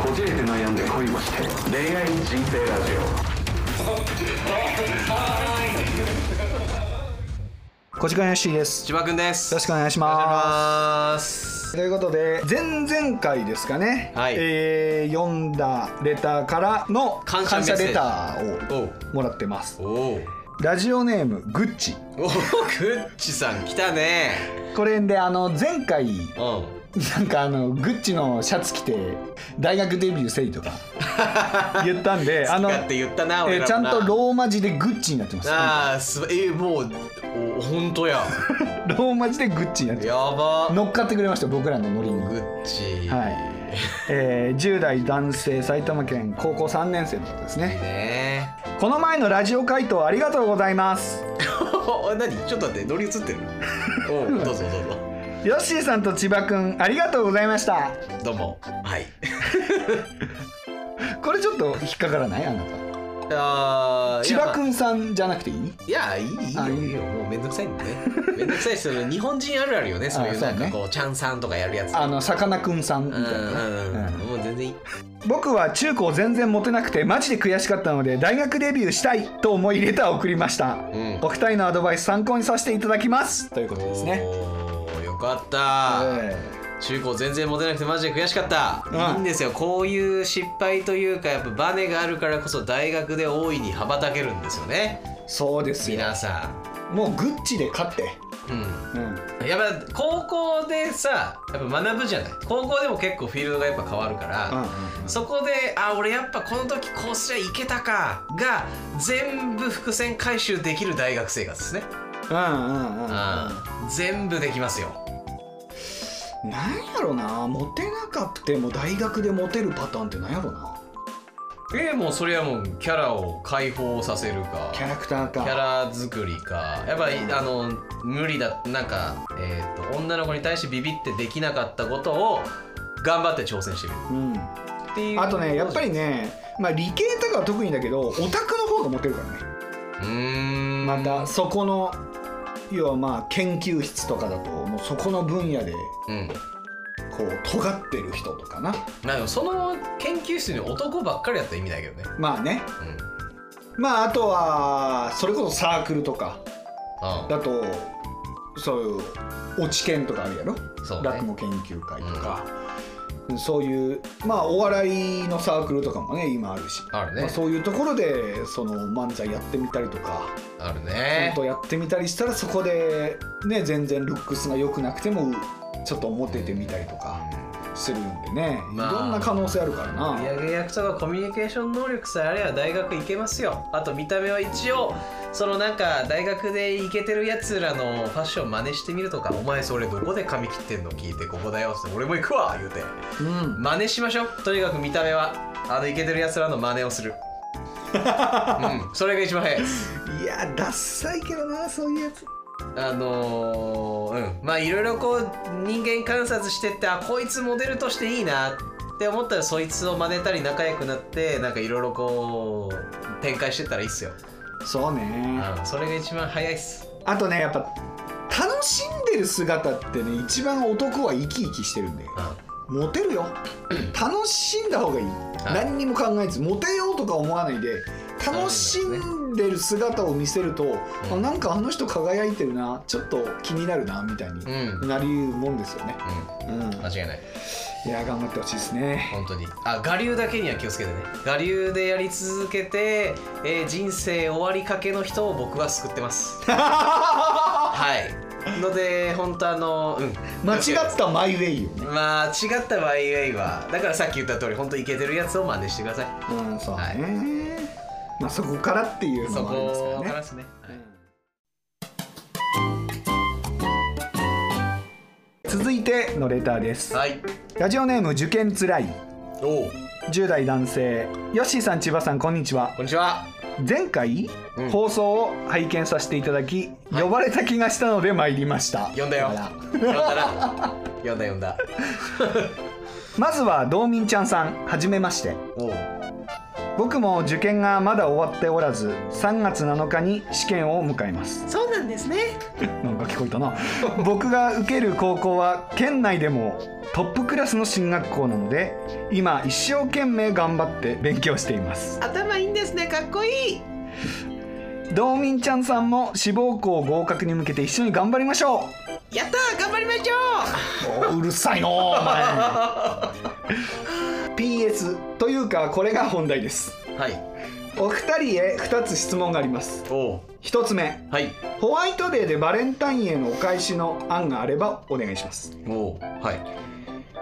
こじれて悩んで恋をして恋愛人生ラジオ。こちかんよしです。 千葉くんです。 よろしくお願いします。ということで前々回ですかね、はい、読んだレターからの感謝レターをもらってます。ラジオネームグッチ。 グッチさん来たね。 これで前回なんかグッチのシャツ着て大学デビューせいとか言ったんでって言ったな、俺らもな。 ちゃんとローマ字でグッチになってます。 もう本当や。 ローマ字でグッチになってます。やば。乗っかってくれました、僕らのノリに。 グッチ。 はい。10代男性、埼玉県高校3年生の方ですね。いいね。この前のラジオ回答ありがとうございます。 何？ちょっと待って、乗り移ってる。どうぞどうぞ。 ヨッシーさんと千葉くんありがとうございました。 どうも。はい。 これちょっと引っかからない？あなた。千葉くんさんじゃなくていい？ いや、いいよ。もうめんどくさいんでね。めんどくさいし、日本人あるあるよね。そういうなんかこうちゃんさんとかやるやつ。 さかなクンさんみたいな。 もう全然いい。 僕は中高全然モテなくてマジで悔しかったので大学デビューしたいと思いレターを送りました。お二人のアドバイス参考にさせていただきますということですね。 よかった。中高全然モテなくてマジで悔しかった。いいんですよ。こういう失敗というかやっぱバネがあるからこそ大学で大いに羽ばたけるんですよね。 そうですよ。 皆さんもうグッチで勝って。 やっぱ高校でさやっぱ学ぶじゃない。高校でも結構フィールドがやっぱ変わるから、そこで俺やっぱこの時こうすりゃいけたかが全部伏線回収できる大学生活ですね。全部できますよ。 なんやろな、モテなかっても大学でモテるパターンってなんやろな。 もうそれはもうキャラを解放させるか、 キャラクターか、 キャラ作りか、やっぱり無理だ、なんか女の子に対してビビってできなかったことを頑張って挑戦してる、 っていう。あとね、やっぱりね、理系とかは特にだけどオタクの方がモテるからね。またそこの要は研究室とかだともうそこの分野でこう尖ってる人とかな。 でもその研究室に男ばっかりやったら意味ないけどね。 あとはそれこそサークルとかだとそういう落ち研とかあるやろ。落語研究会とか、そういうお笑いのサークルとかもね今あるし、そういうところでその漫才やってみたりとかあるね。 本当やってみたりしたらそこでね全然ルックスが良くなくてもちょっとモテてみたりとかするんでね、いろんな可能性あるからな。 売上役とかコミュニケーション能力さえあれば大学行けますよ。あと見た目は一応そのなんか大学でイケてるやつらのファッション真似してみるとか、お前それどこで髪切ってんの聞いてここだよって俺も行くわ言うて、真似しましょう。とにかく見た目はイケてるやつらの真似をする。それが一番早いです。 いやダッサいけどな、そういうやつ。 いろいろこう人間観察してってこいつモデルとしていいなって思ったらそいつを真似たり仲良くなってなんかいろいろこう展開してったらいいっすよ。 そうね。 それが一番早いっす。 あとねやっぱ楽しんでる姿ってね一番男は生き生きしてるんで、モテるよ。楽しんだ方がいい。何にも考えずモテようとか思わないで楽しんでる姿を見せると、なんかあの人輝いてるな、ちょっと気になるなみたいになるもんですよね。 間違いない。 いや頑張ってほしいですね。 本当に。我流だけには気をつけてね。我流でやり続けて、人生終わりかけの人を僕は救ってます。はいので本当間違ったマイウェイよね。 間違ったマイウェイはだからさっき言った通り本当イケてるやつを真似してください。 そうね。そこからっていうのもありますからね。 そこからですね。 続いてのレターです。ラジオネーム受験つらい。10代男性。ヨッシーさん、千葉さん、こんにちは。 こんにちは。 前回、放送を拝見させていただき、呼ばれた気がしたので参りました。 呼んだよ。呼んだ。 まずは道民ちゃんさん、はじめまして。 僕も受験がまだ終わっておらず、3月7日に試験を迎えます。 そうなんですね。 なんか聞こえたな。僕が受ける高校は県内でもトップクラスの進学校なので、今一生懸命頑張って勉強しています。 頭いいんですね。かっこいい。 ドーミンちゃんさんも志望校合格に向けて一緒に頑張りましょう。やったー、頑張りましょう。うるさいのお前。PS というかこれが本題です。 はい。 お二人へ2つ質問があります。1つ目、はい、ホワイトデーでバレンタインへのお返しの案があればお願いします。はい、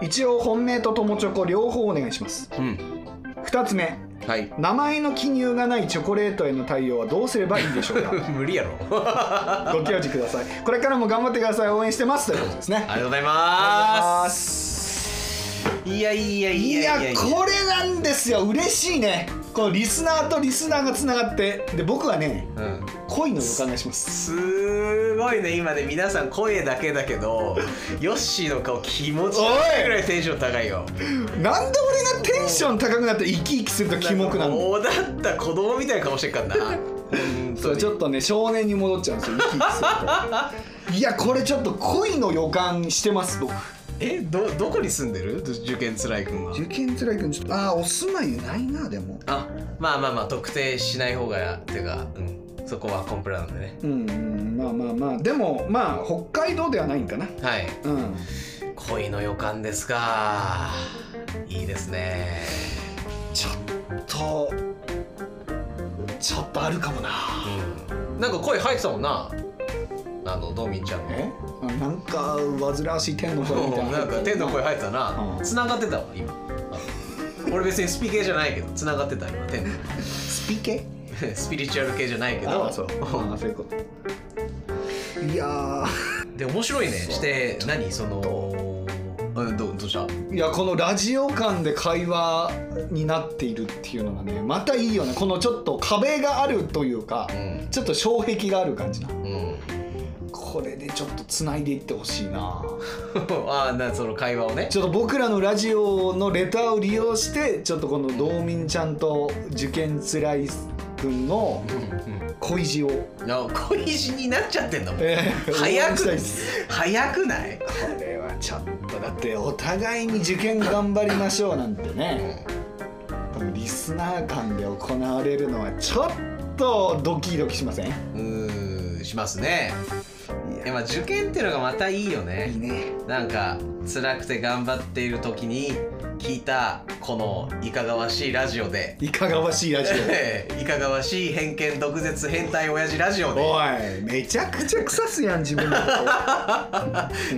一応本命と友チョコ両方お願いします。2つ目、はい、名前の記入がないチョコレートへの対応はどうすればいいでしょうか。 無理やろ。 ご教示ください。これからも頑張ってください。応援してますということですね。 ありがとうございます。いやこれなんですよ。嬉しいね。このリスナーとリスナーがつながって、で僕はね、恋の予感がします。 すごいね。今ね、皆さん声だけだけどヨッシーの顔気持ち悪いぐらいテンション高いよ。 なんで俺がテンション高くなって生き生きするとキモくなるの。 もうだった子供みたいな顔してっからな。 そうちょっとね少年に戻っちゃうんですよ、生き生きすると。いやこれちょっと恋の予感してます僕。 どこに住んでる？受験つらいくんは。 受験つらいくんちょっとお住まいないな。でもまあ特定しない方がっていうか、そこはコンプラなんでね。 まあでも北海道ではないんかな。 はい。恋の予感ですか。いいですね。 ちょっとあるかもな。 なんか声入ってたもんな。ドーミンちゃんのなんか煩わしい天の声みたいな。 なんか天の声入ってたな。繋がってたわ今。俺別にスピ系じゃないけど繋がってた今天の。 スピ系？ スピリチュアル系じゃないけど。 そういうこと。いやで面白いね。して何そのどうした？ いやこのラジオ間で会話になっているっていうのがねまたいいよね。このちょっと壁があるというか、ちょっと障壁がある感じな。これでちょっとつないでいってほしいな。 その会話をね。 ちょっと僕らのラジオのレターを利用してちょっとこのドーミンちゃんと受験つらいくんの恋路を。 恋路になっちゃってんの。早くない？ これはちょっとだってお互いに受験頑張りましょうなんてね。リスナー間で行われるのはちょっとドキドキしません？ しますね。受験っていうのがまたいいよね。 いいね。 なんか辛くて頑張っている時に聞いたこのいかがわしいラジオで。 いかがわしいラジオ。いかがわしい偏見毒舌変態親父ラジオで。 おいめちゃくちゃ腐すやん自分のこと。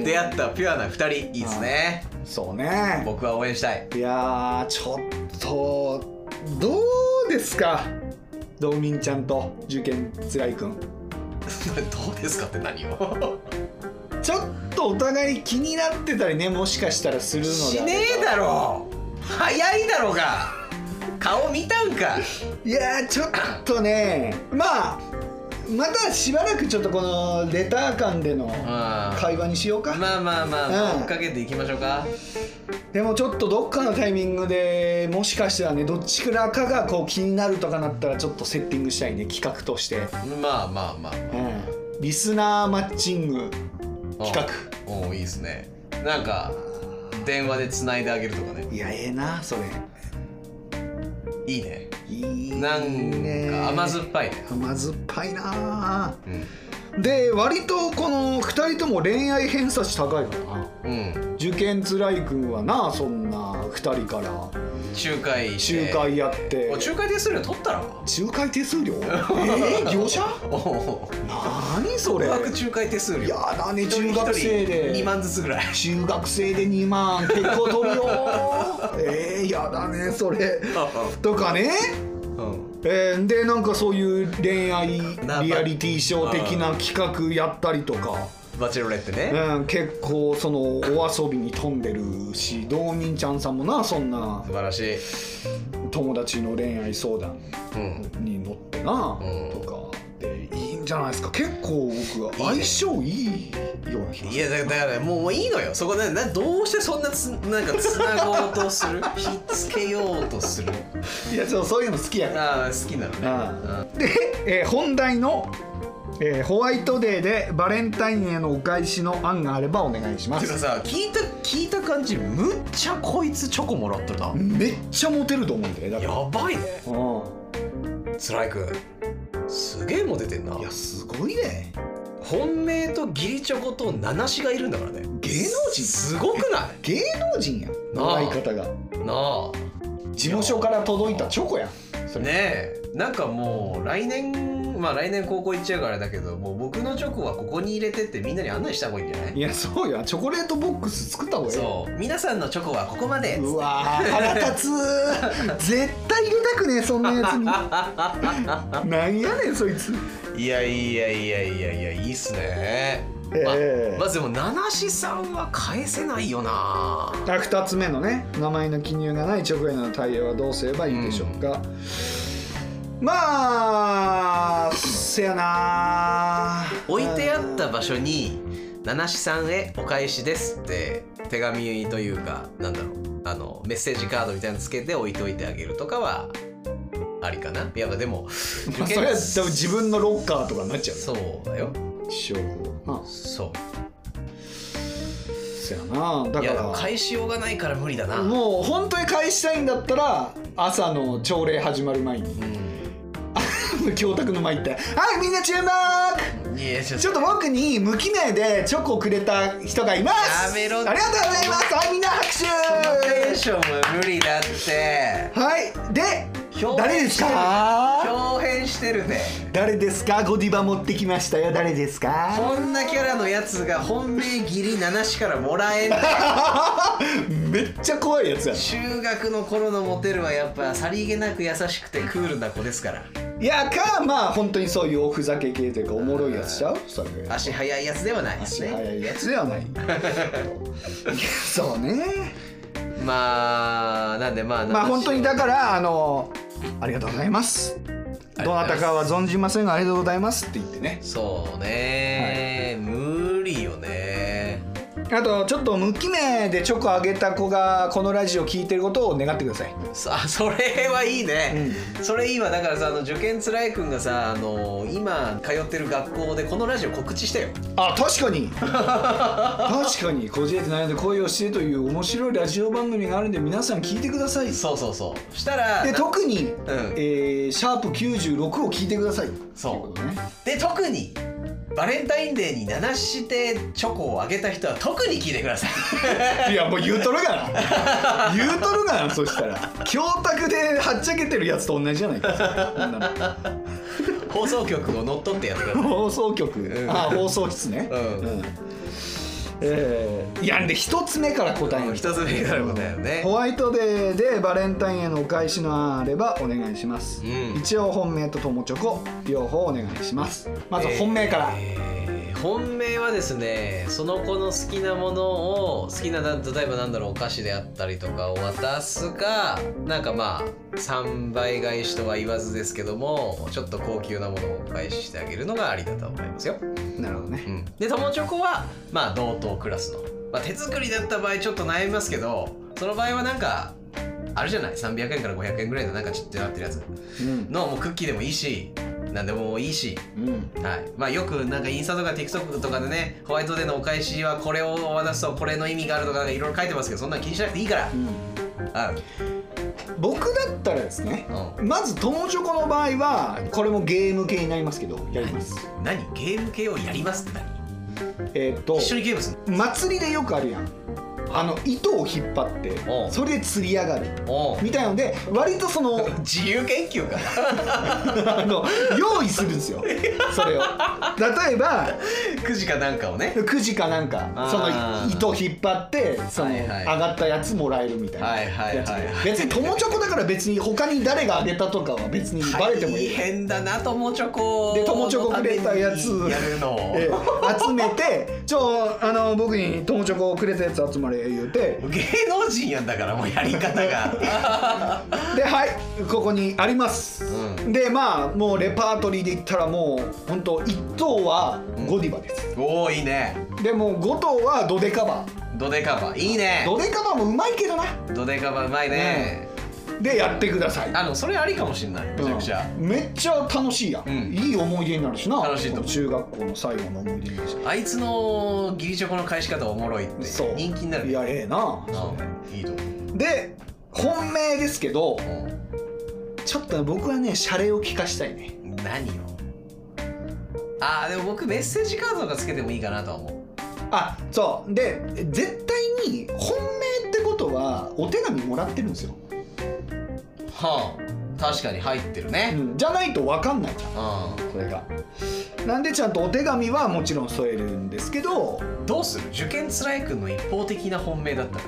出会ったピュアな2人いいですね。 そうね。 僕は応援したい。 いやちょっとどうですかドーミンちゃんと受験つらいくん。 どうですかって何を。 ちょっとお互い気になってたりねもしかしたらするので。 しねえだろ。早いだろうが。顔見たんか。 いやちょっとねまたしばらくちょっとこのレター間での会話にしようか。 まあ追っかけていきましょうか。 でもちょっとどっかのタイミングでもしかしたらねどっちからかがこう気になるとかなったらちょっとセッティングしたいね企画として。 まあ、 リスナーマッチング企画。 いいですね。なんか電話でつないであげるとかね。 いやなそれ。 いいね。 いいね。 なんか甘酸っぱいね。 甘酸っぱいな。で割とこの2人とも恋愛偏差値高いからな。受験つらいくんはなそんな2人から仲介やって。 仲介手数料取ったら。 仲介手数料？業者？何それ？ 仲介手数料。 やだね。中学生で 2万ずつぐらい。 中学生で2万結構取るよ。やだねそれ。とかね。でなんかそういう恋愛リアリティショー的な企画やったりとか。 バチェロレッテね。 結構そのお遊びに飛んでるし、ドーミンちゃんさんもなそんな素晴らしい友達の恋愛相談に乗ってな、とかでいいじゃないですか。結構僕は相性いいような気がする。 いやだからもういいのよそこでどうしてそんななんかつなごうとするひっつけようとする。 いやそういうの好きやから。 ああ好きなのね。 で、本題の、ホワイトデーでバレンタインへのお返しの案があればお願いします。 てかさ聞いた感じむっちゃこいつチョコもらってるな。 めっちゃモテると思うんだよだから。 やばいね。つらいくんすげえモテてんな。 いやすごいね。 本命と義理チョコと名無しがいるんだからね。 芸能人すごくない？ 芸能人やんもらい方が。 なあ事務所から届いたチョコやんそれ。 ねえなんかもう来年高校行っちゃうからあれだけど、もう僕のチョコはここに入れてってみんなに案内した方がいいんじゃない？ いやそうよ、チョコレートボックス作った方がいい。 そう皆さんのチョコはここまで。 うわー腹立つ絶対入れたくねえそんなやつになんやねんそいつ。 いやいいっすね。まずでも七志さんは返せないよな。 2つ目のね、名前の記入がないチョコへの対応はどうすればいいでしょうか。まあせやな、 置いてあった場所に七志さんへお返しですって手紙というかなんだろうメッセージカードみたいなのつけて置いといてあげるとかはありかな。いやでもそれは多分自分のロッカーとかになっちゃう。 そうだよ。そうせやな。だから返しようがないから無理だな。 もう本当に返したいんだったら朝の朝礼始まる前に、教託の前行って「はいみんな注目、ちょっと僕に無記名でチョコをくれた人がいます。 やめろ。 ありがとうございます。はいみんな拍手。 テンションは無理だって。 はいで誰ですか？ 表変してるね。 誰ですか？ゴディバ持ってきましたよ。誰ですか？ こんなキャラのやつが本命義理七志からもらえんねめっちゃ怖いやつや。 中学の頃のモテるはやっぱさりげなく優しくてクールな子ですから。 いやまあ本当にそういうおふざけ系というかおもろいやつちゃう？それ足速いやつではないですね。 足速いやつではないそうね。 なんで本当にだからありがとうございます、どなたかは存じませんがありがとうございますって言ってね。 そうね、無理よね。 あとちょっと無記名でチョコあげた子がこのラジオ聞いてることを願ってください。 それはいいね、それいいわ。だからさ受験つらいくんがさ今通ってる学校でこのラジオ告知したよ。 あ確かに確かにこじれて悩んで恋をしてという面白いラジオ番組があるんで皆さん聞いてください。 そうしたらで特に、シャープ96を聞いてください。 そうで特にバレンタインデーに七志でチョコをあげた人は特に聞いてくださいいやもう言うとるがなそしたら教託ではっちゃけてるやつと同じじゃないか放送局を乗っ取ってやってください。 放送局、放送室ね。いやで一つ目から答える。 一つ目から答えるね。 ホワイトデーでバレンタインへのお返しの案あればお願いします、一応本命と友チョコ両方お願いします。まず本命から、 本命はですねその子の好きなものを例えばなんだろうお菓子であったりとかを渡すかなんか3倍返しとは言わずですけどもちょっと高級なものをお返ししてあげるのがありだと思いますよ。 なるほどね、 で友チョコは同等クラスの、手作りだった場合ちょっと悩みますけどその場合はなんかあるじゃない300円から500円ぐらいのなんかちってなってるやつのもうクッキーでもいいし何でもいいし、よくなんかインスタとか TikTok とかでねホワイトデーのお返しはこれを渡すとこれの意味があるとかいろいろ書いてますけどそんなの気にしなくていいから、 僕だったらですね、まず友チョコの場合はこれもゲーム系になりますけどやります。 何ゲーム系をやりますって何？一緒にゲームする？ 祭りでよくあるやん。糸を引っ張ってそれで釣り上がるみたいなので割とその自由研究か用意するんですよそれを。例えばくじかなんかをねくじかなんかその糸を引っ張ってその上がったやつもらえるみたいなやつで別に友チョコだから別に他に誰があげたとかは別にバレてもいい。 大変だな友チョコで友チョコくれたやつやるの集めて僕に友チョコをくれたやつ集まれ言うて芸能人やんだからもうやり方がではいここにあります、でまあもうレパートリーで言ったらもうほんと1等はゴディバです、 おおいいね。 でもう5等はドデカバドデカバいいね。 ドデカバもうまいけどな。 ドデカバうまいね、 でやってください。 それありかもしんない。めちゃくちゃ、 めっちゃ楽しいやん、いい思い出になるしな。 楽しいと思う。 中学校の最後の思い出になるし、 あいつの義理チョコの返し方おもろいってそう人気になる。 いやなそれいいと思う。 で本命ですけど、ちょっと僕はねシャレを聞かしたいね。 何を。でも僕メッセージカードとかつけてもいいかなとは思う。 そうで絶対に本命ってことはお手紙もらってるんですよ。 確かに入ってるね、 じゃないと分かんないじゃん、これが。なんでちゃんとお手紙はもちろん添えるんですけど、 どうする受験つらいくんの一方的な本命だったら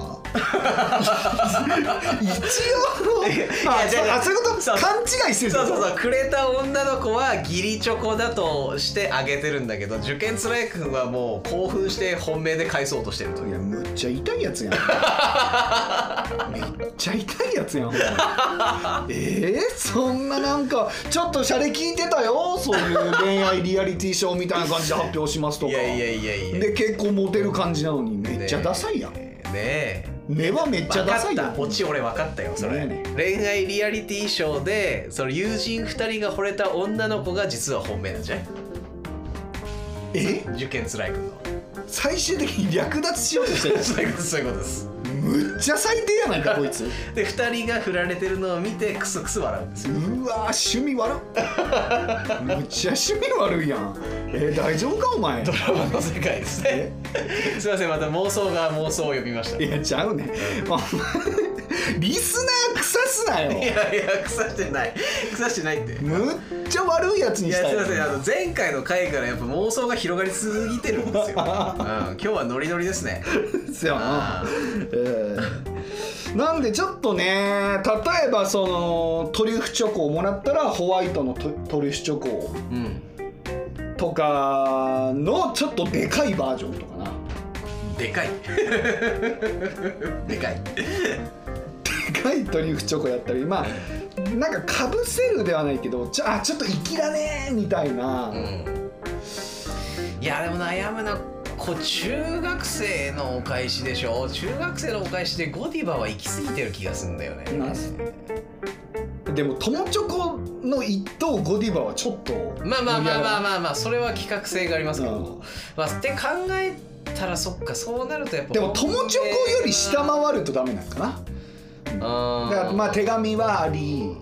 一応そういうこと勘違いしてる。 そうくれた女の子は義理チョコだとしてあげてるんだけど、受験つらいくんはもう興奮して本命で返そうとしてるという。 いやむっちゃ痛いやつやんめっちゃ痛いやつやんそんななんかちょっとシャレ聞いてたよ、そういう恋愛リアリティショーみたいな感じで発表しますとか。いやで結構モテる感じなのにめっちゃダサいやん。根はめっちゃダサいよ。 オチ俺分かったよそれ、恋愛リアリティショーでその友人2人が惚れた女の子が実は本命なんじゃない。受験つらいくんの最終的に略奪しようとしてるそういうことです。 むっちゃ最低やないかこいつで2人が振られてるのを見てクスクス笑うんですよ。 うわ趣味悪っむっちゃ趣味悪いやん。大丈夫かお前。 ドラマの世界ですねすいません、また妄想が妄想を呼びました。 いやちゃうねリスナー腐すなよ。 いや腐してないってむっちゃ悪いやつにしたい。 いやすいません、前回の回からやっぱ妄想が広がりすぎてるんですよ、今日はノリノリですねですよな。なんでちょっとね、例えばそのトリュフチョコをもらったらホワイトのトリュフチョコとかのちょっとでかいバージョンとかな。 でかいでかいトリュフチョコやったり、まあなんかかぶせるではないけどちょっと粋だねみたいな、 いやでも悩むな。中学生のお返しでしょ。中学生のお返しでゴディバは行き過ぎてる気がするんだよね。でも友チョコの一等ゴディバはちょっとまあそれは企画性がありますけど、って考えたらそっか、そうなるとやっぱでも友チョコより下回るとダメなんかな。だからまあ手紙はあり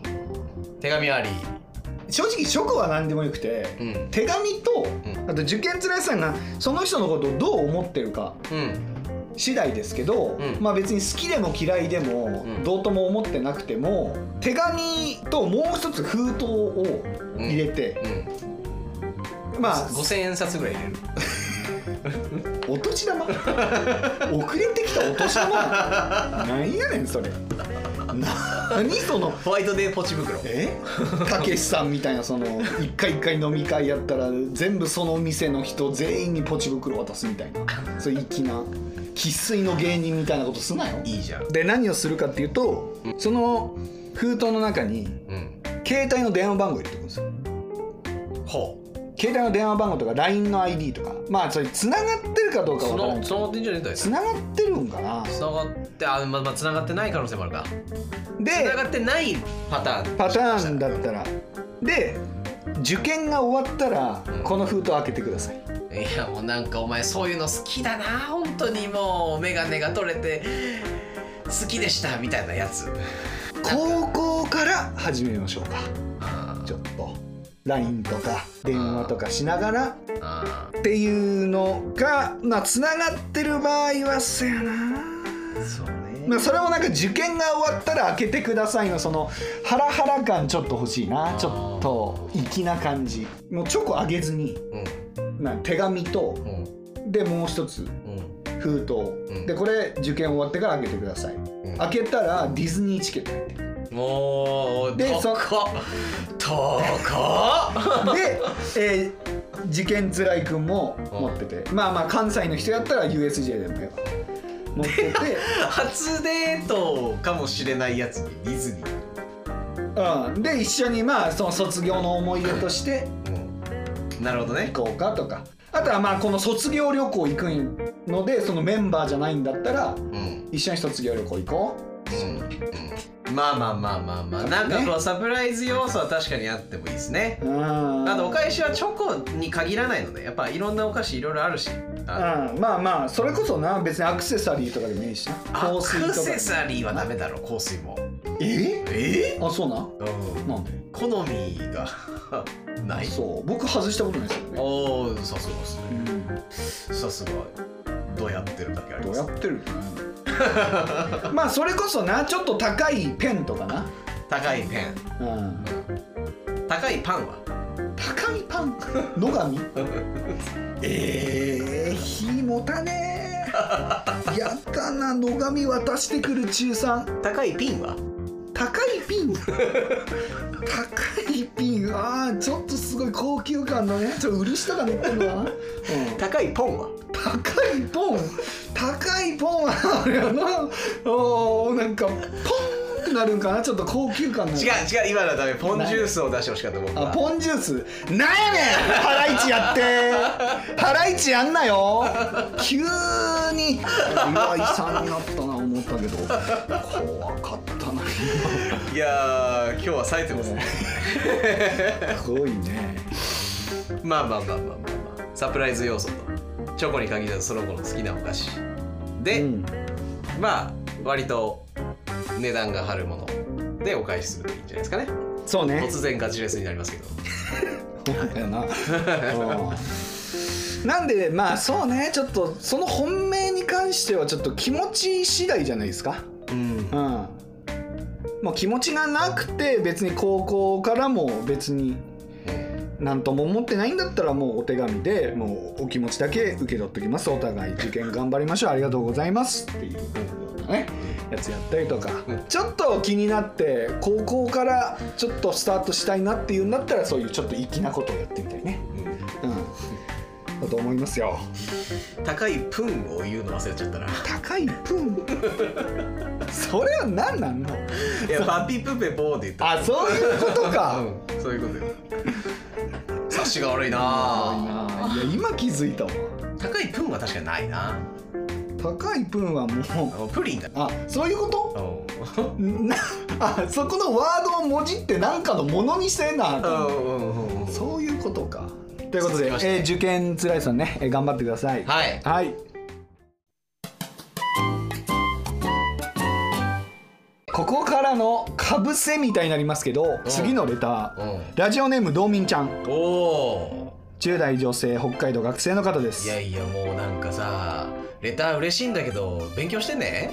正直チョコは何でもよくて、手紙と、あと受験つらいさんがその人のことをどう思ってるか次第ですけど、まあ別に好きでも嫌いでも、どうとも思ってなくても手紙ともう一つ封筒を入れて、 まあ5000円札ぐらい入れるお年玉遅れてきたお年玉なんやねんそれ。何そのホワイトデーポチ袋。 たけしさんみたいなその一回飲み会やったら全部その店の人全員にポチ袋渡すみたいな、そういう粋な生粋の芸人みたいなことすなよ。 いいじゃん。 で何をするかっていうと、その封筒の中に携帯の電話番号入れておくんですよ。携帯の電話番号とか LINE の ID とか、まあそれ繋がってるかどうかは分からない。 繋がってんじゃねえんだよ。 繋がってるんかな。 繋がって繋がってない可能性もあるか。 で繋がってないパターンだったらで受験が終わったらこの封筒開けてください。 いやもうなんかお前そういうの好きだな本当に。もう眼鏡が取れて好きでしたみたいなやつ。 高校から始めましょうか。ちょっと LINE とか電話とかしながらっていうのがつながってる場合はそやな。そうね。それもなんか受験が終わったら開けてくださいのそのハラハラ感ちょっと欲しいな。ちょっと粋な感じ。もうチョコあげずに、手紙と、でもう一つ、封筒、でこれ受験終わってから開けてください。開けたらディズニーチケット入ってる。 もうでで、受験つらいくんも持ってて、まあ関西の人やったら USJ でもよ。 乗ってて初デートかもしれないやつにディズニー、 で一緒にまあその卒業の思い出としてなるほどね行こうかとか、あとはまあこの卒業旅行行くのでそのメンバーじゃないんだったら、一緒に卒業旅行行こう、 まあなんかこうサプライズ要素は確かにあってもいいですね。あとお返しはチョコに限らないので、やっぱいろんなお菓子いろいろあるし、 まあそれこそな、別にアクセサリーとかでもいいしな。 香水とかアクセサリーはダメだろ、香水も。あ、そうなん？なんで？好みがない。 そう、僕外したことないですよね。 おお、さすがですね。さすが。どうやってるだけあります。 どうやってるってね。まあそれこそな、ちょっと高いペンとかな。 高いペン。高いパンは？ 高いパン？野上？火持たねー。やったな、野上渡してくる中3。 高いピンは？ 高いピン。高いピン。ちょっとすごい高級感のね。ちょっと漆とか塗ってるのかな。 高いポンは？ 高いポン。高いポンはあれやな。なんかポンってなるんかな。ちょっと高級感なる。 違う今のはダメ。ポンジュースを出してほしかった僕は。 ポンジュース。なんやねん。ハライチやって。ハライチやんなよ。急に岩井さんになったな思ったけど、怖かったな。 いや今日は冴えてますね。 すごいね。 まあサプライズ要素とチョコに限らずその子の好きなお菓子で、まあ割と値段が張るものでお返しするといいんじゃないですかね。 そうね。 突然ガチレスになりますけど。 そうだよな。なんでまあそうね、ちょっとその本命に関してはちょっと気持ち次第じゃないですか。もう気持ちがなくて別に高校からも別に何とも思ってないんだったらもうお手紙でもうお気持ちだけ受け取っておきます。お互い受験頑張りましょう、ありがとうございますっていうようなねやつやったりとか、ちょっと気になって高校からちょっとスタートしたいなっていうんだったらそういうちょっと粋なことをやってみたいね。だと思いますよ。 高いプンを言うの忘れちゃったな。 高いプン。それは何なんの？ いやパピプペポーで言った。 あ、そういうことか。 そういうことよ。察しが悪いな。 いや今気づいたわ。 高いプンは確かにないな。 高いプンはもうプリンだ。 あ、そういうこと？あ、そこのワードをもじって何かのものにしてんな。そういうことか。ということで、受験つらいさんね、頑張ってください。はい。ここからのかぶせみたいになりますけど、次のレター、ラジオネームどうみんちゃん。10代女性、北海道学生の方です。 いやもうなんかさ、レター嬉しいんだけど勉強してね。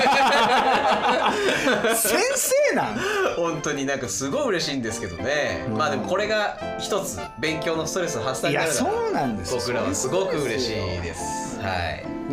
先生なん？ 本当になんかすごい嬉しいんですけどね。まあでもこれが一つ勉強のストレス発散になるから。いやそうなんですよ。 僕らはすごく嬉しいです。はい。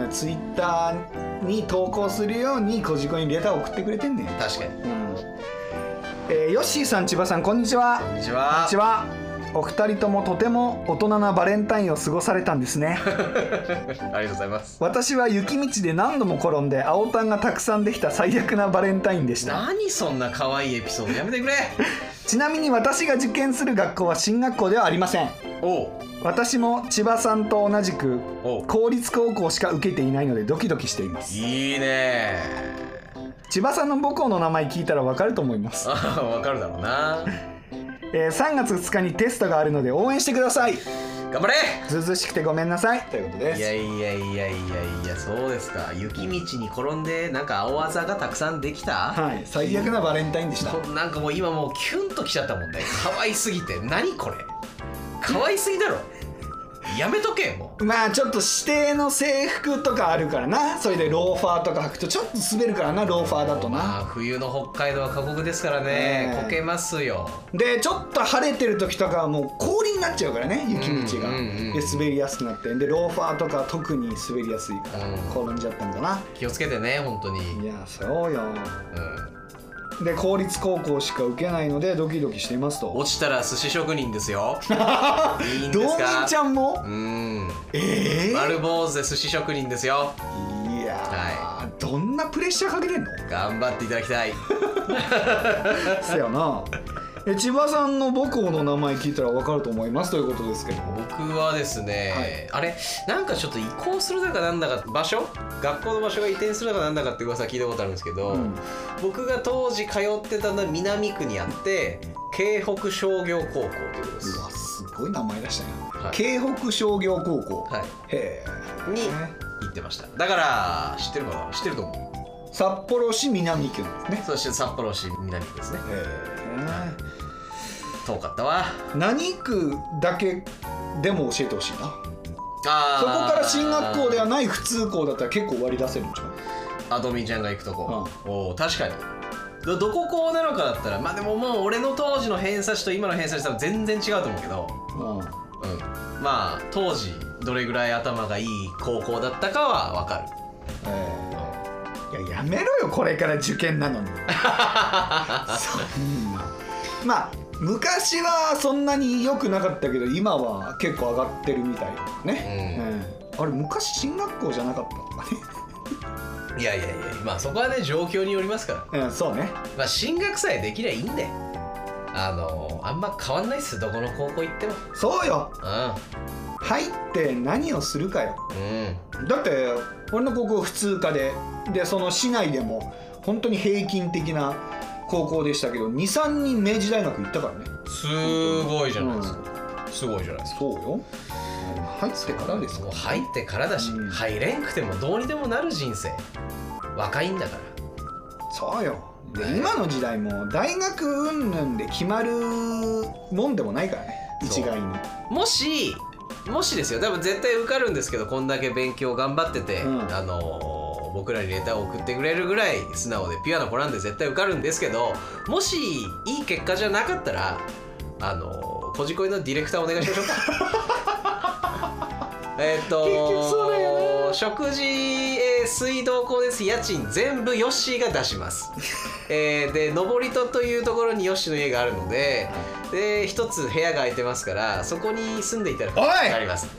ツイッターに投稿するようにこじこにレターを送ってくれてんねん。 確かに。ヨッシーさん、千葉さん、こんにちは。 こんにちは。 お二人ともとても大人なバレンタインを過ごされたんですね。 ありがとうございます。 私は雪道で何度も転んで青タンがたくさんできた最悪なバレンタインでした。 何そんな可愛いエピソード、やめてくれ。 ちなみに私が受験する学校は進学校ではありません。私も千葉さんと同じく公立高校しか受けていないのでドキドキしています。 いいね。 千葉さんの母校の名前聞いたらわかると思います。 わかるだろうな。 3月2日にテストがあるので応援してください。 頑張れ。 ずうずうしくてごめんなさいということです。 いやそうですか。雪道に転んでなんか青あざがたくさんできた。 はい、最悪なバレンタインでした。 なんかもう今もうキュンときちゃったもんね。可愛すぎて。何これ、可愛すぎだろ。やめとけもう。 まあちょっと指定の制服とかあるからな。それでローファーとか履くとちょっと滑るからな、ローファーだとな。 まあ冬の北海道は過酷ですからね、こけますよ。 でちょっと晴れてる時とかはもう氷になっちゃうからね、雪道が。で滑りやすくなって、でローファーとか特に滑りやすいから転んじゃったんだな。 気をつけてね本当に。 いやそうよ。で公立高校しか受けないのでドキドキしていますと。 落ちたら寿司職人ですよ。いいんですか。 どうみんちゃんも？ 丸坊主で寿司職人ですよ。 いや、 どんなプレッシャーかけてんの？ 頑張っていただきたい。 そやな。千葉さんの母校の名前聞いたら分かると思いますということですけど、 僕はですね、あれなんかちょっと移行するだかなんだか学校の場所が移転するだかなんだかって噂聞いたことあるんですけど、僕が当時通ってたのは南区にあって京北商業高校ということです。 うわすごい名前出したね、京北商業高校、へえに行ってました。だから知ってるかな？知ってると思う。 札幌市南区なんですね。 そして札幌市南区ですね。遠かったわ。 何区だけでも教えてほしいな。そこから進学校ではない普通校だったら結構割り出せるんじゃない？ あどみちゃんが行くとこ、お確かにどこ校なのかだったら、まあでももう俺の当時の偏差値と今の偏差値多分全然違うと思うけど、まあ当時どれぐらい頭がいい高校だったかは分かいる。 やめろよこれから受験なのに。まあ昔はそんなに良くなかったけど今は結構上がってるみたいだね、あれ昔進学校じゃなかったのかね。 いやまあそこはね状況によりますから、 そうね。 まあ進学さえできりゃいいんで、あんま変わんないっすどこの高校行っても。 そうよ、入って何をするかよ、だって俺の高校普通科でその市内でも本当に平均的な高校でしたけど 2,3 人明治大学行ったからね。 すごいじゃないですか、すごいじゃないですか。 そうよ、入ってからですか。 入ってからだし、入れんくてもどうにでもなる人生、若いんだから。そうよ。 で今の時代も大学云々で決まるもんでもないからね、一概に。 もしですよ、多分絶対受かるんですけど、こんだけ勉強頑張ってて、僕らにレターを送ってくれるぐらい素直でピュアな子なんで絶対受かるんですけど、もしいい結果じゃなかったらこじこいのディレクターお願いしましょうか。結局そうだよな。食事、水道光熱費、家賃全部ヨッシーが出します。で登戸というところにヨッシーの家があるので、一つ部屋が空いてますからそこに住んでいただくことになりますんで。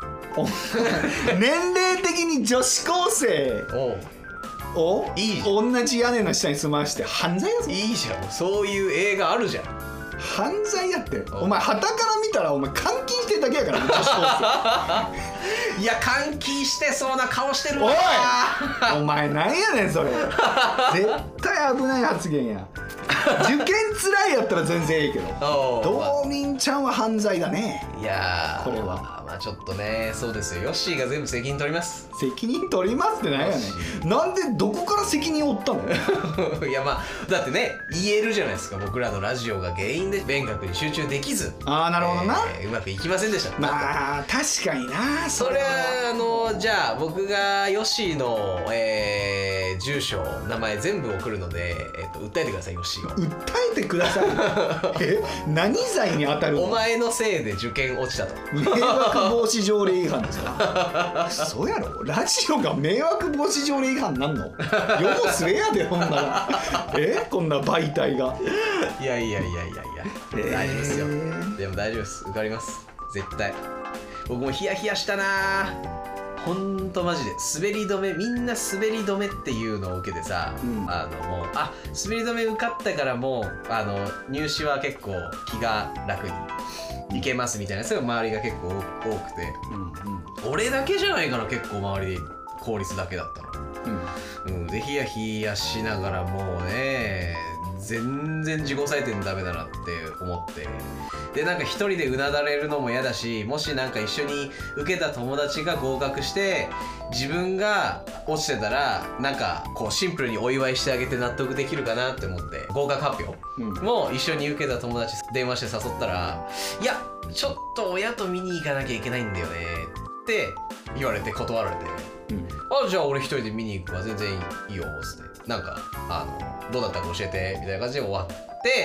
年齢的に女子高生を同じ屋根の下に住まわして犯罪やぞ。 いいじゃん、そういう映画あるじゃん。 犯罪やって。お前傍から見たらお前監禁してるだけやから、女子高生。いや監禁してそうな顔してるな。 お前なんやねんそれ。絶対危ない発言や。受験つらいやったら全然いいけど、道民ちゃんは犯罪だね。 いやこれはまあちょっとね、そうですよ。ヨッシーが全部責任取ります。 責任取りますってなんやねん。なんでどこから責任を負ったの？ いやまあだってね、言えるじゃないですか。僕らのラジオが原因で勉学に集中できず、 なるほどな、 うまくいきませんでした。 まあ確かにな。 それはじゃあ僕がヨッシーの、住所名前全部送るので、訴えてください。ヨッシーを訴えてください。何罪に当たるの？ お前のせいで受験落ちたと。 迷惑防止条例違反ですか？そうやろ。ラジオが迷惑防止条例違反なんの？よもすれやでほんなら。こんな媒体が。 いや大丈夫ですよ。でも大丈夫です。受かります絶対。僕もヒヤヒヤしたな。ほんとマジで滑り止め、みんな滑り止めっていうのを受けてさ、もう滑り止め受かったからもう入試は結構気が楽にいけますみたいな、そういう周りが結構多くて、俺だけじゃないかな、結構周り公立だけだったの。でヒヤヒヤしながらもうね、全然自己採点ダメだなって思って、でなんか一人でうなだれるのも嫌だし、もしなんか一緒に受けた友達が合格して自分が落ちてたら、なんかこうシンプルにお祝いしてあげて納得できるかなって思って、合格発表も一緒に受けた友達電話して誘ったら、いやちょっと親と見に行かなきゃいけないんだよねって言われて断られて、じゃあ俺一人で見に行くわ、全然いいよっつって、なんかどうだったか教えてみたいな感じで終わって、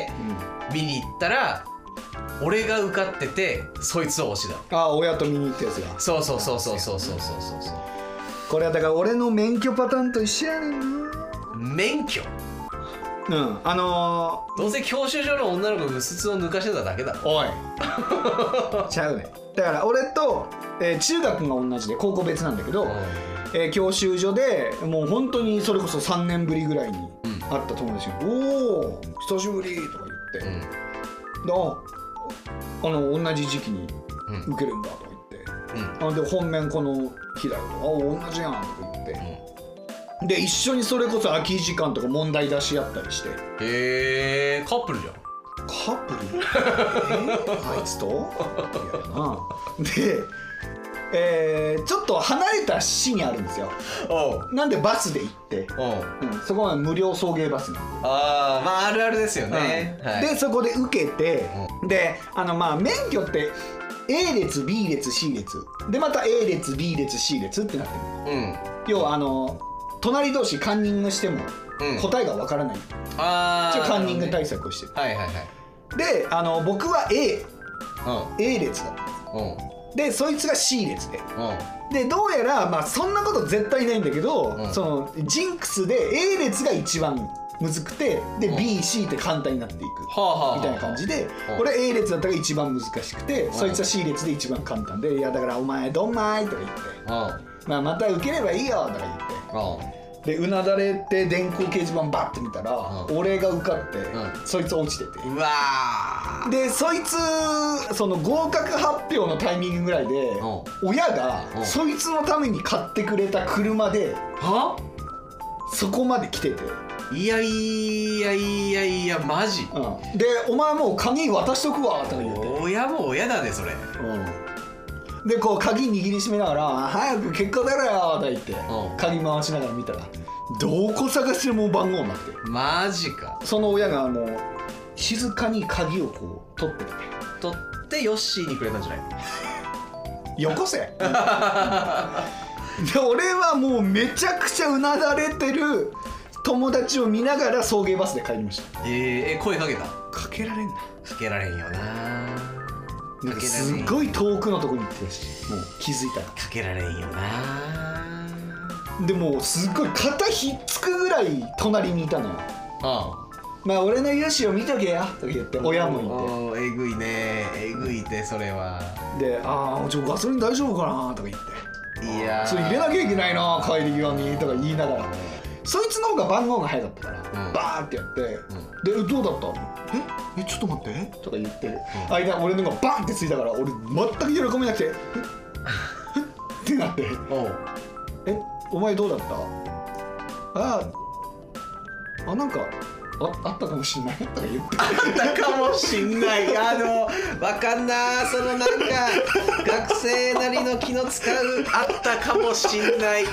見に行ったら俺が受かっててそいつは推しだ。 親と見に行ったやつが。 そう。 これはだから俺の免許パターンと一緒やねんな。 免許？どうせ教習所の女の子がうすつを抜かしてただけだろ。 おいちゃうね。だから俺と、中学が同じで高校別なんだけど、 教習所でもう本当にそれこそ3年ぶりぐらいに会った友達が「おお久しぶり」とか言って、で同じ時期に受けるんだとか言って、で本面この日だよとか同じやんとか言って、で一緒にそれこそ空き時間とか問題出し合ったりして。 へえ、カップルじゃん。 カップルあいつといやなで、ちょっと離れた市にあるんですよ。なんでバスで行って、そこは無料送迎バスなんで、 まああるあるですよね、 でそこで受けて、でまあ免許って A 列 B 列 C 列でまた A 列 B 列 C 列ってなってる、要は隣同士カンニングしても答えがわからない、カンニング対策をしてる。で僕は A 列だった。でそいつが C 列で、どうやらまあそんなこと絶対ないんだけど、そのジンクスで A 列が一番むずくて、で BC って簡単になっていくみたいな感じで、俺 A 列だったら一番難しくて、そいつは C 列で一番簡単で、いやだからお前どんまいとか言って、また受ければいいよとか言って。でうなだれて電光掲示板バッて見たら、俺が受かって、そいつ落ちてて、 うわでそいつその合格発表のタイミングぐらいで、親がそいつのために買ってくれた車でそこまで来てて、 いやマジ、 でお前もう鍵渡しとくわとか言うて、 親も親だねそれ。 でこう鍵握りしめながら「早く結果出ろよ」とか言って鍵回しながら見たら、どこ探しても番号になって、 マジか。 その親が静かに鍵をこう取ってきて、 取ってヨッシーにくれたんじゃないの？ よこせで俺はもうめちゃくちゃうなだれてる友達を見ながら送迎バスで帰りました。 声かけた？ かけられんな。 かけられんよな。 なんかすごい遠くのとこに行ってたし、もう気づいたらかけられんよな。 でもすごい肩ひっつくぐらい隣にいたのよ。まあ俺の勇姿を見とけよとか言って、親もいて、 えぐいね、えぐいてそれは。でガソリン大丈夫かなとか言って、 いやそれ入れなきゃいけないな帰り際にとか言いながら、そいつの方が番号が早かったから、バーってやって、でどうだった？えちょっと待ってとか言って、間俺のがバンってついたから、俺全く喜びなくてってなって、お前どうだった？なんかあったかもしんないとか言って、 あったかもしんない。わかんな、そのなんか学生なりの気の使うあったかもしんない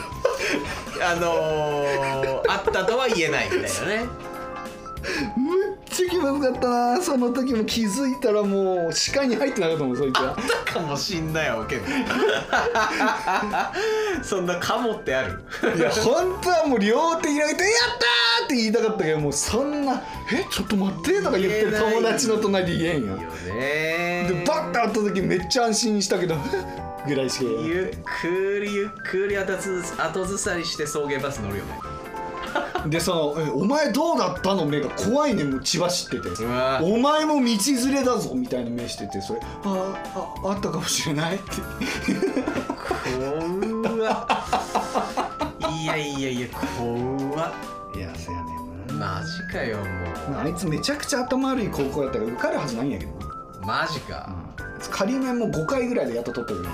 あったとは言えないみたいなね。 めっちゃ気まずかったな。その時も気づいたらもう視界に入ってなかったもん、そいつは。 あったかもしんないわけどそんなかもってある？ いや本当はもう両手開いて「やったー!」って言いたかったけど、もうそんな「ちょっと待って」とか言ってる友達の隣で言えんよ。でバッて会った時めっちゃ安心したけどぐらいしか言えない。 ゆっくり後ずさりして送迎バス乗るよね。 でお前どうだったの目が怖いね、もう血走ってて、お前も道連れだぞみたいな目してて、それあったかもしれないって怖っいや怖っ。 いやそやねんな。マジかよもう。 あいつめちゃくちゃ頭悪い高校やったら受かるはずないんやけどな。 マジか。 仮面も5回ぐらいでやっと取ったけど。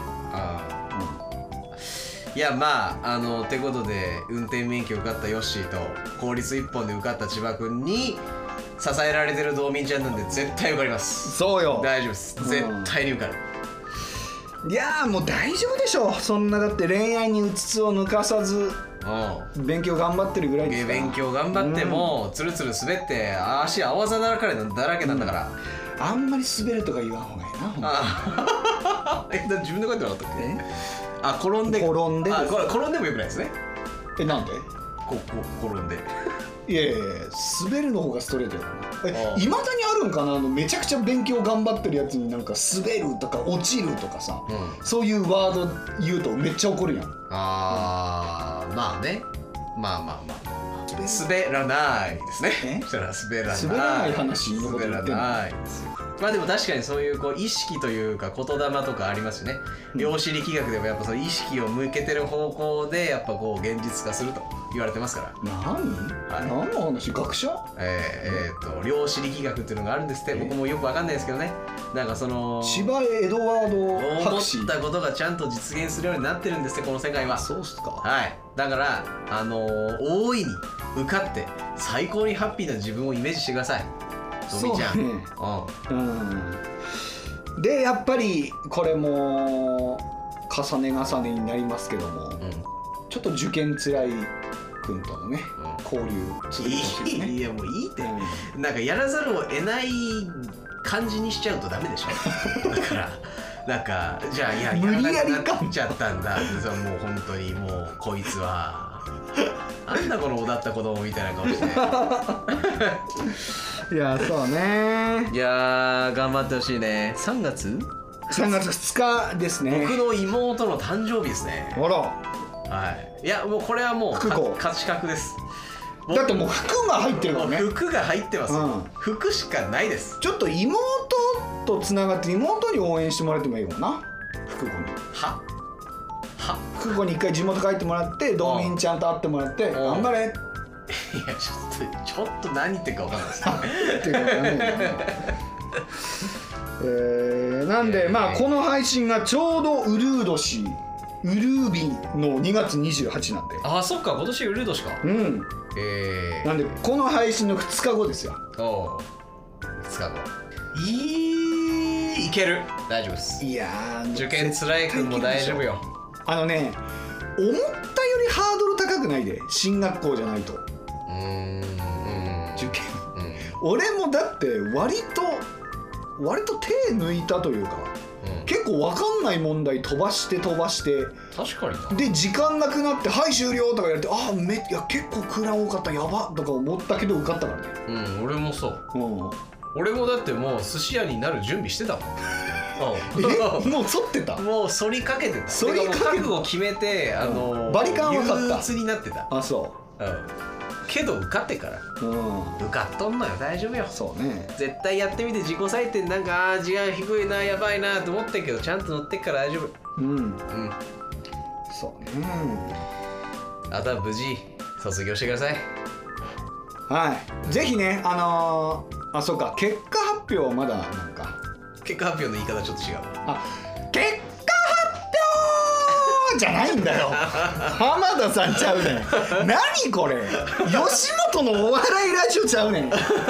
いやまあってことで運転免許受かったヨッシーと公立一本で受かった千葉君に支えられてる道民ちゃんなんで絶対受かります。 そうよ、 大丈夫です、絶対に受かる。 いやもう大丈夫でしょ。そんなだって恋愛にうつつを抜かさず勉強頑張ってるぐらいですから。 勉強頑張ってもツルツル滑って足あわざだらけなんだから、 あんまり滑るとか言わんほうがいいな。 自分で書いてなかったっけ？転んでもよくないですね。 なんで？ 転んで。 いや滑るの方がストレートやからな。いまだにあるんかな、めちゃくちゃ勉強頑張ってるやつになんか滑るとか落ちるとかさ、そういうワード言うとめっちゃ怒るやん。 まあね、まあ滑らないですね。そしたら滑らない話のこと言ってんの。 滑らないですよ。まあでも確かにそういうこう意識というか言霊とかありますよね。量子力学でもやっぱその意識を向けてる方向でやっぱこう現実化すると言われてますから。 何の話？学者？ 量子力学っていうのがあるんですって。僕もよくわかんないですけどね。なんかその千葉エドワード博士思ったことがちゃんと実現するようになってるんですってこの世界は。 そうっすか。 はい。だから大いに受かって最高にハッピーな自分をイメージしてください。ドミちゃん。 でやっぱりこれも重ね重ねになりますけども、ちょっと受験つらい君とのね、交流続けてほしいですね。 いやもういいって、なんかやらざるを得ない感じにしちゃうとダメでしょ。だからなんかじゃあやらなくなっちゃったんだ。もう本当にもうこいつはあんなこのおだった子供みたいな顔して。 いやそうね。 いや頑張ってほしいね。3月 2日ですね。 僕の妹の誕生日ですね。 あら。 はい。いやもうこれはもう価値格です。 だってもう服が入ってるからね。 服が入ってます、服しかないです。 ちょっと妹とつながって妹に応援してもらってもいいかな。福子に福子に一回地元帰ってもらって道民ちゃんと会ってもらって頑張れ。いやちょっと何言ってるか分かんないですね。なんでまあこの配信がちょうどウルー年ウルー日の2月28なんで。 あ、そっか、今年ウルー年か。 なんでこの配信の2日後ですよ。 2日後いける。大丈夫です。いや受験つらい君も大丈夫よ。 思ったよりハードル高くないで、進学校じゃないと。受験、俺もだって割と手抜いたというか、結構分かんない問題飛ばして確かにで時間なくなってはい終了とか言われて、いや結構空欄多かったやばとか思ったけど受かったからね。 俺もそう、俺もだってもう寿司屋になる準備してたもん。 もう反ってた。 もう反りかけてた。それが覚悟を決めてバリカンは買った。 憂鬱になってた。 そうけど受かってから、受かっとんのよ。大丈夫よ。 そうね。 絶対やってみて自己採点なんか時間低いなやばいなと思ってるけど、ちゃんと乗ってっから大丈夫。 そうね。 あとは無事卒業してください。 はい。ぜひねそうか、結果発表はまだなんか結果発表の言い方ちょっと違う。 結果発表じゃないんだよ。浜田さんちゃうねん。何これ。吉本のお笑いラジオちゃうねん。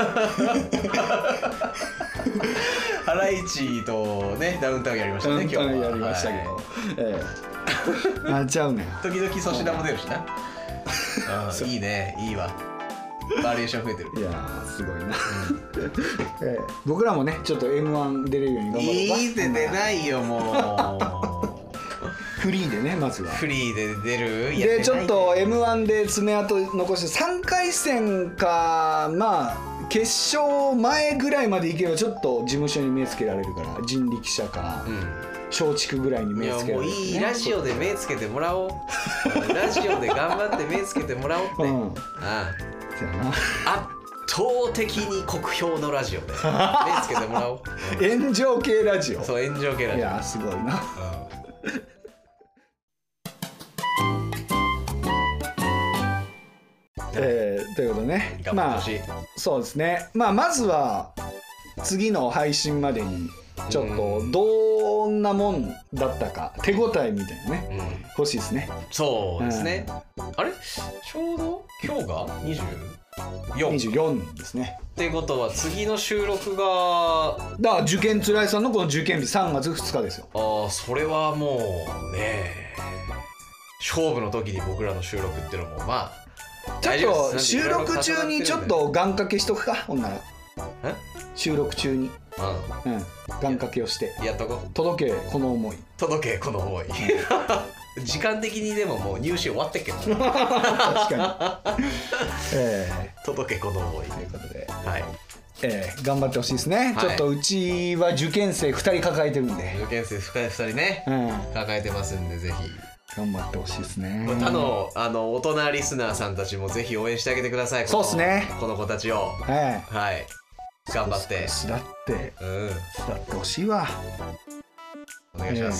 ハライチとねダウンタウンやりましたね。今日はやりましたけど。ちゃうねん。 時々粗品も出るしな。いいね、いいわ。バリエーション増えてる。いやすごいな。僕らもねちょっと M1 出れるように頑張ろうか。 いいって出ないよもう。 フリーでね、まずはフリーで出る。 でちょっと M1 で爪痕残して3回戦か決勝前ぐらいまでいけばちょっと事務所に目つけられるから、人力車か松竹ぐらいに目つけられる。 いやもういい、ラジオで目つけてもらおう。ラジオで頑張って目つけてもらおうって。圧倒的に酷評のラジオで目つけてもらおう。 炎上系ラジオ。 そう、炎上系ラジオ。 いやすごいな。ということでね、そうですね。まずは次の配信までにちょっとどんなもんだったか手応えみたいなね、欲しいですね。 そうですね。あれちょうど今日が 24ですね。 っていうことは次の収録がだから受験つらいさんのこの受験日3月2日ですよ。 それはもうね、勝負の時に僕らの収録っていうのもちょっと収録中にちょっと願掛けしとくか。ほんなら収録中に願掛けをしてやっとこう。 届けこの思い。 時間的にでももう入試終わってっけど。確かに。 届けこの思いということで、 頑張ってほしいですね。ちょっとうちは受験生2人抱えてるんで。 受験生2人ね、抱えてますんで、ぜひ頑張ってほしいですね。 他の大人リスナーさんたちもぜひ応援してあげてください。 そうですね。 この子たちを。はい。頑張って。 巣立ってほしいわ。 お願いします。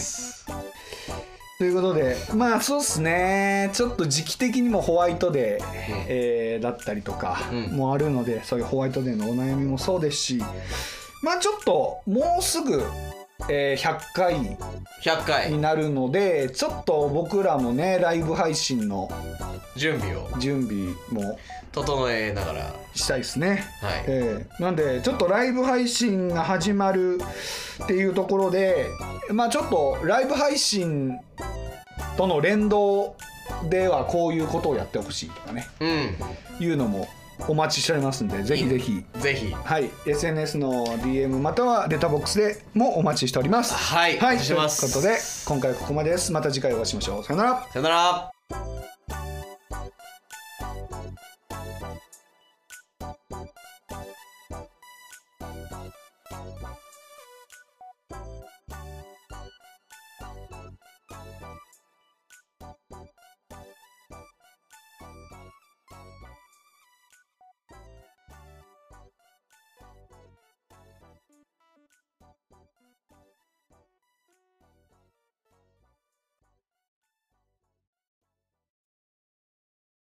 ということで、まあそうですね、ちょっと時期的にもホワイトデー、だったりとかもあるので、そういうホワイトデーのお悩みもそうですし、まあちょっともうすぐ、100回になるので、ちょっと僕らもねライブ配信の準備も整えながらしたいですね。 はい。 なんでちょっとライブ配信が始まるっていうところで、まあちょっとライブ配信との連動ではこういうことをやってほしいとかね、いうのもお待ちしておりますんで、ぜひぜひはい、SNS の DM またはレターボックスでもお待ちしております。 はい、はい、 ということで今回はここまでです。また次回お会いしましょう。さよなら。 さよなら。